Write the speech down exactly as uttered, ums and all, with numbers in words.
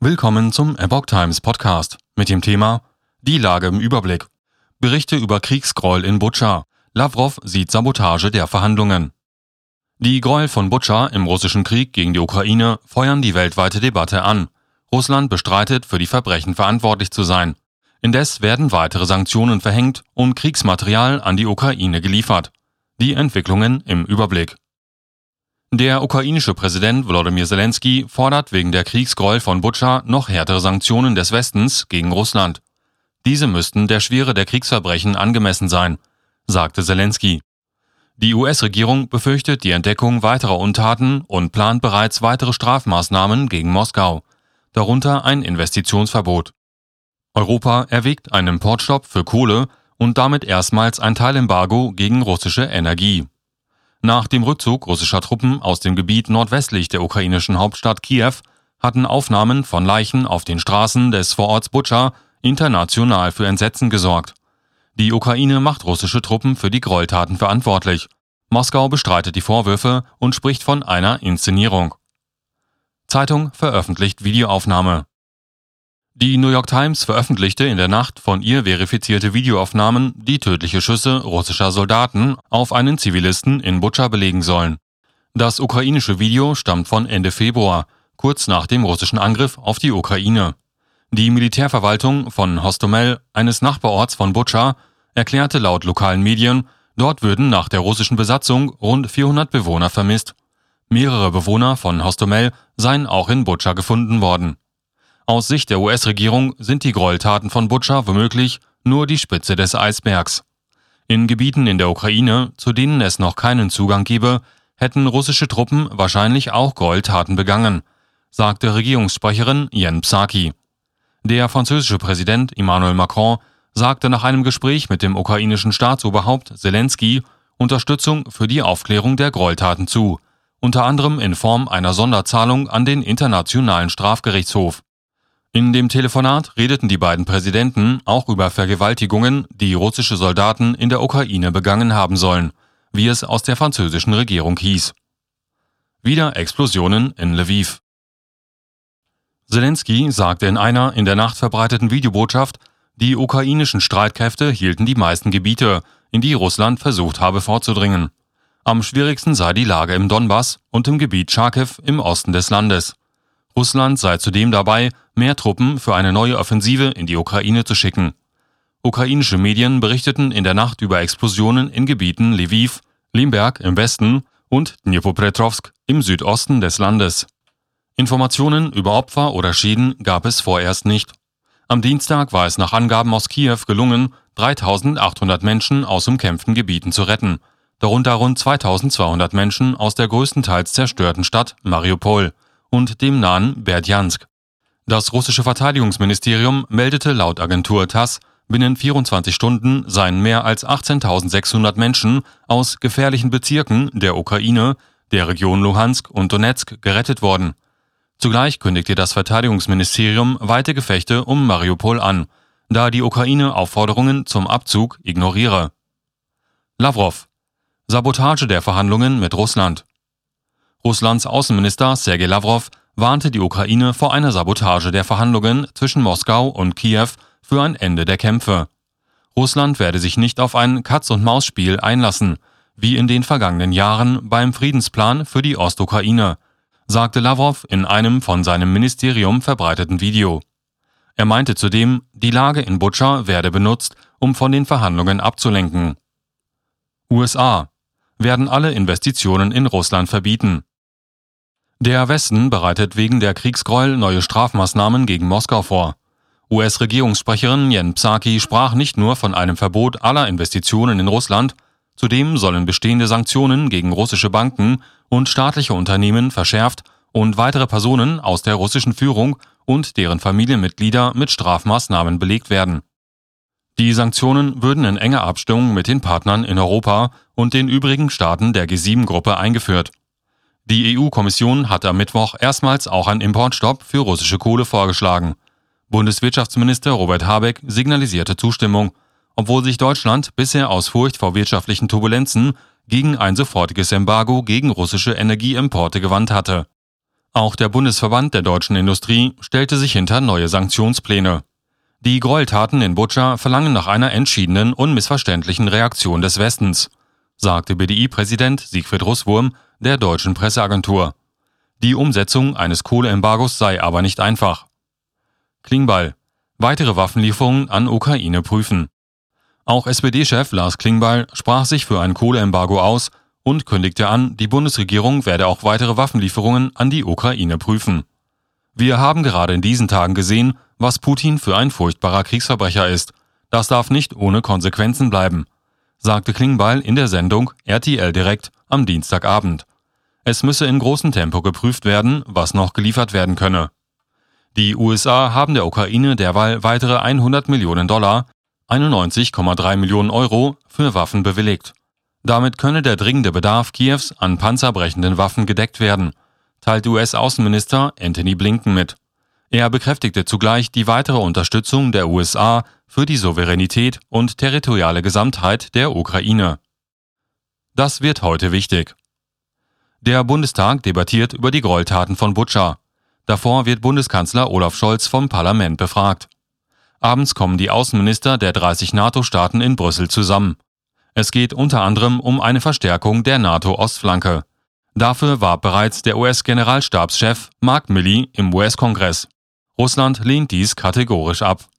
Willkommen zum Epoch Times Podcast mit dem Thema Die Lage im Überblick. Berichte über Kriegsgräuel in Butscha. Lavrov sieht Sabotage der Verhandlungen. Die Gräuel von Butscha im russischen Krieg gegen die Ukraine feuern die weltweite Debatte an. Russland bestreitet, für die Verbrechen verantwortlich zu sein. Indes werden weitere Sanktionen verhängt und Kriegsmaterial an die Ukraine geliefert. Die Entwicklungen im Überblick. Der ukrainische Präsident Volodymyr Zelensky fordert wegen der Kriegsgräuel von Butscha noch härtere Sanktionen des Westens gegen Russland. Diese müssten der Schwere der Kriegsverbrechen angemessen sein, sagte Zelensky. Die U S-Regierung befürchtet die Entdeckung weiterer Untaten und plant bereits weitere Strafmaßnahmen gegen Moskau, darunter ein Investitionsverbot. Europa erwägt einen Importstopp für Kohle und damit erstmals ein Teilembargo gegen russische Energie. Nach dem Rückzug russischer Truppen aus dem Gebiet nordwestlich der ukrainischen Hauptstadt Kiew hatten Aufnahmen von Leichen auf den Straßen des Vororts Butscha international für Entsetzen gesorgt. Die Ukraine macht russische Truppen für die Gräueltaten verantwortlich. Moskau bestreitet die Vorwürfe und spricht von einer Inszenierung. Zeitung veröffentlicht Videoaufnahme. Die New York Times veröffentlichte in der Nacht von ihr verifizierte Videoaufnahmen, die tödliche Schüsse russischer Soldaten auf einen Zivilisten in Butscha belegen sollen. Das ukrainische Video stammt von Ende Februar, kurz nach dem russischen Angriff auf die Ukraine. Die Militärverwaltung von Hostomel, eines Nachbarorts von Butscha, erklärte laut lokalen Medien, dort würden nach der russischen Besatzung rund vierhundert Bewohner vermisst. Mehrere Bewohner von Hostomel seien auch in Butscha gefunden worden. Aus Sicht der U S-Regierung sind die Gräueltaten von Butscha womöglich nur die Spitze des Eisbergs. In Gebieten in der Ukraine, zu denen es noch keinen Zugang gebe, hätten russische Truppen wahrscheinlich auch Gräueltaten begangen, sagte Regierungssprecherin Jen Psaki. Der französische Präsident Emmanuel Macron sagte nach einem Gespräch mit dem ukrainischen Staatsoberhaupt Zelensky Unterstützung für die Aufklärung der Gräueltaten zu, unter anderem in Form einer Sonderzahlung an den Internationalen Strafgerichtshof. In dem Telefonat redeten die beiden Präsidenten auch über Vergewaltigungen, die russische Soldaten in der Ukraine begangen haben sollen, wie es aus der französischen Regierung hieß. Wieder Explosionen in Lviv. Zelensky sagte in einer in der Nacht verbreiteten Videobotschaft, die ukrainischen Streitkräfte hielten die meisten Gebiete, in die Russland versucht habe vorzudringen. Am schwierigsten sei die Lage im Donbass und im Gebiet Charkiw im Osten des Landes. Russland sei zudem dabei, mehr Truppen für eine neue Offensive in die Ukraine zu schicken. Ukrainische Medien berichteten in der Nacht über Explosionen in Gebieten Lviv, Lemberg im Westen und Dnipropetrovsk im Südosten des Landes. Informationen über Opfer oder Schäden gab es vorerst nicht. Am Dienstag war es nach Angaben aus Kiew gelungen, dreitausendachthundert Menschen aus umkämpften Gebieten zu retten, darunter rund zweitausendzweihundert Menschen aus der größtenteils zerstörten Stadt Mariupol und dem nahen Berdjansk. Das russische Verteidigungsministerium meldete laut Agentur TASS, binnen vierundzwanzig Stunden seien mehr als achtzehntausendsechshundert Menschen aus gefährlichen Bezirken der Ukraine, der Region Luhansk und Donetsk gerettet worden. Zugleich kündigte das Verteidigungsministerium weite Gefechte um Mariupol an, da die Ukraine Aufforderungen zum Abzug ignoriere. Lavrov: Sabotage der Verhandlungen mit Russland. Russlands Außenminister Sergei Lavrov warnte die Ukraine vor einer Sabotage der Verhandlungen zwischen Moskau und Kiew für ein Ende der Kämpfe. Russland werde sich nicht auf ein Katz-und-Maus-Spiel einlassen, wie in den vergangenen Jahren beim Friedensplan für die Ostukraine, sagte Lavrov in einem von seinem Ministerium verbreiteten Video. Er meinte zudem, die Lage in Butscha werde benutzt, um von den Verhandlungen abzulenken. U S A: Werden alle Investitionen in Russland verbieten. Der Westen bereitet wegen der Kriegsgräuel neue Strafmaßnahmen gegen Moskau vor. U S-Regierungssprecherin Jen Psaki sprach nicht nur von einem Verbot aller Investitionen in Russland, zudem sollen bestehende Sanktionen gegen russische Banken und staatliche Unternehmen verschärft und weitere Personen aus der russischen Führung und deren Familienmitglieder mit Strafmaßnahmen belegt werden. Die Sanktionen würden in enger Abstimmung mit den Partnern in Europa und den übrigen Staaten der G sieben Gruppe eingeführt. Die E U-Kommission hatte am Mittwoch erstmals auch einen Importstopp für russische Kohle vorgeschlagen. Bundeswirtschaftsminister Robert Habeck signalisierte Zustimmung, obwohl sich Deutschland bisher aus Furcht vor wirtschaftlichen Turbulenzen gegen ein sofortiges Embargo gegen russische Energieimporte gewandt hatte. Auch der Bundesverband der deutschen Industrie stellte sich hinter neue Sanktionspläne. Die Gräueltaten in Butscha verlangen nach einer entschiedenen, unmissverständlichen Reaktion des Westens, sagte B D I-Präsident Siegfried Russwurm der deutschen Presseagentur. Die Umsetzung eines Kohleembargos sei aber nicht einfach. Klingbeil: Weitere Waffenlieferungen an Ukraine prüfen. Auch S P D-Chef Lars Klingbeil sprach sich für ein Kohleembargo aus und kündigte an, die Bundesregierung werde auch weitere Waffenlieferungen an die Ukraine prüfen. Wir haben gerade in diesen Tagen gesehen, was Putin für ein furchtbarer Kriegsverbrecher ist. Das darf nicht ohne Konsequenzen bleiben, sagte Klingbeil in der Sendung R T L Direkt am Dienstagabend. Es müsse in großem Tempo geprüft werden, was noch geliefert werden könne. Die U S A haben der Ukraine derweil weitere hundert Millionen Dollar, einundneunzig Komma drei Millionen Euro, für Waffen bewilligt. Damit könne der dringende Bedarf Kiews an panzerbrechenden Waffen gedeckt werden, teilt U S-Außenminister Antony Blinken mit. Er bekräftigte zugleich die weitere Unterstützung der U S A für die Souveränität und territoriale Gesamtheit der Ukraine. Das wird heute wichtig. Der Bundestag debattiert über die Gräueltaten von Butscha. Davor wird Bundeskanzler Olaf Scholz vom Parlament befragt. Abends kommen die Außenminister der dreißig NATO-Staaten in Brüssel zusammen. Es geht unter anderem um eine Verstärkung der NATO-Ostflanke. Dafür warb bereits der U S-Generalstabschef Mark Milley im U S-Kongress. Russland lehnt dies kategorisch ab.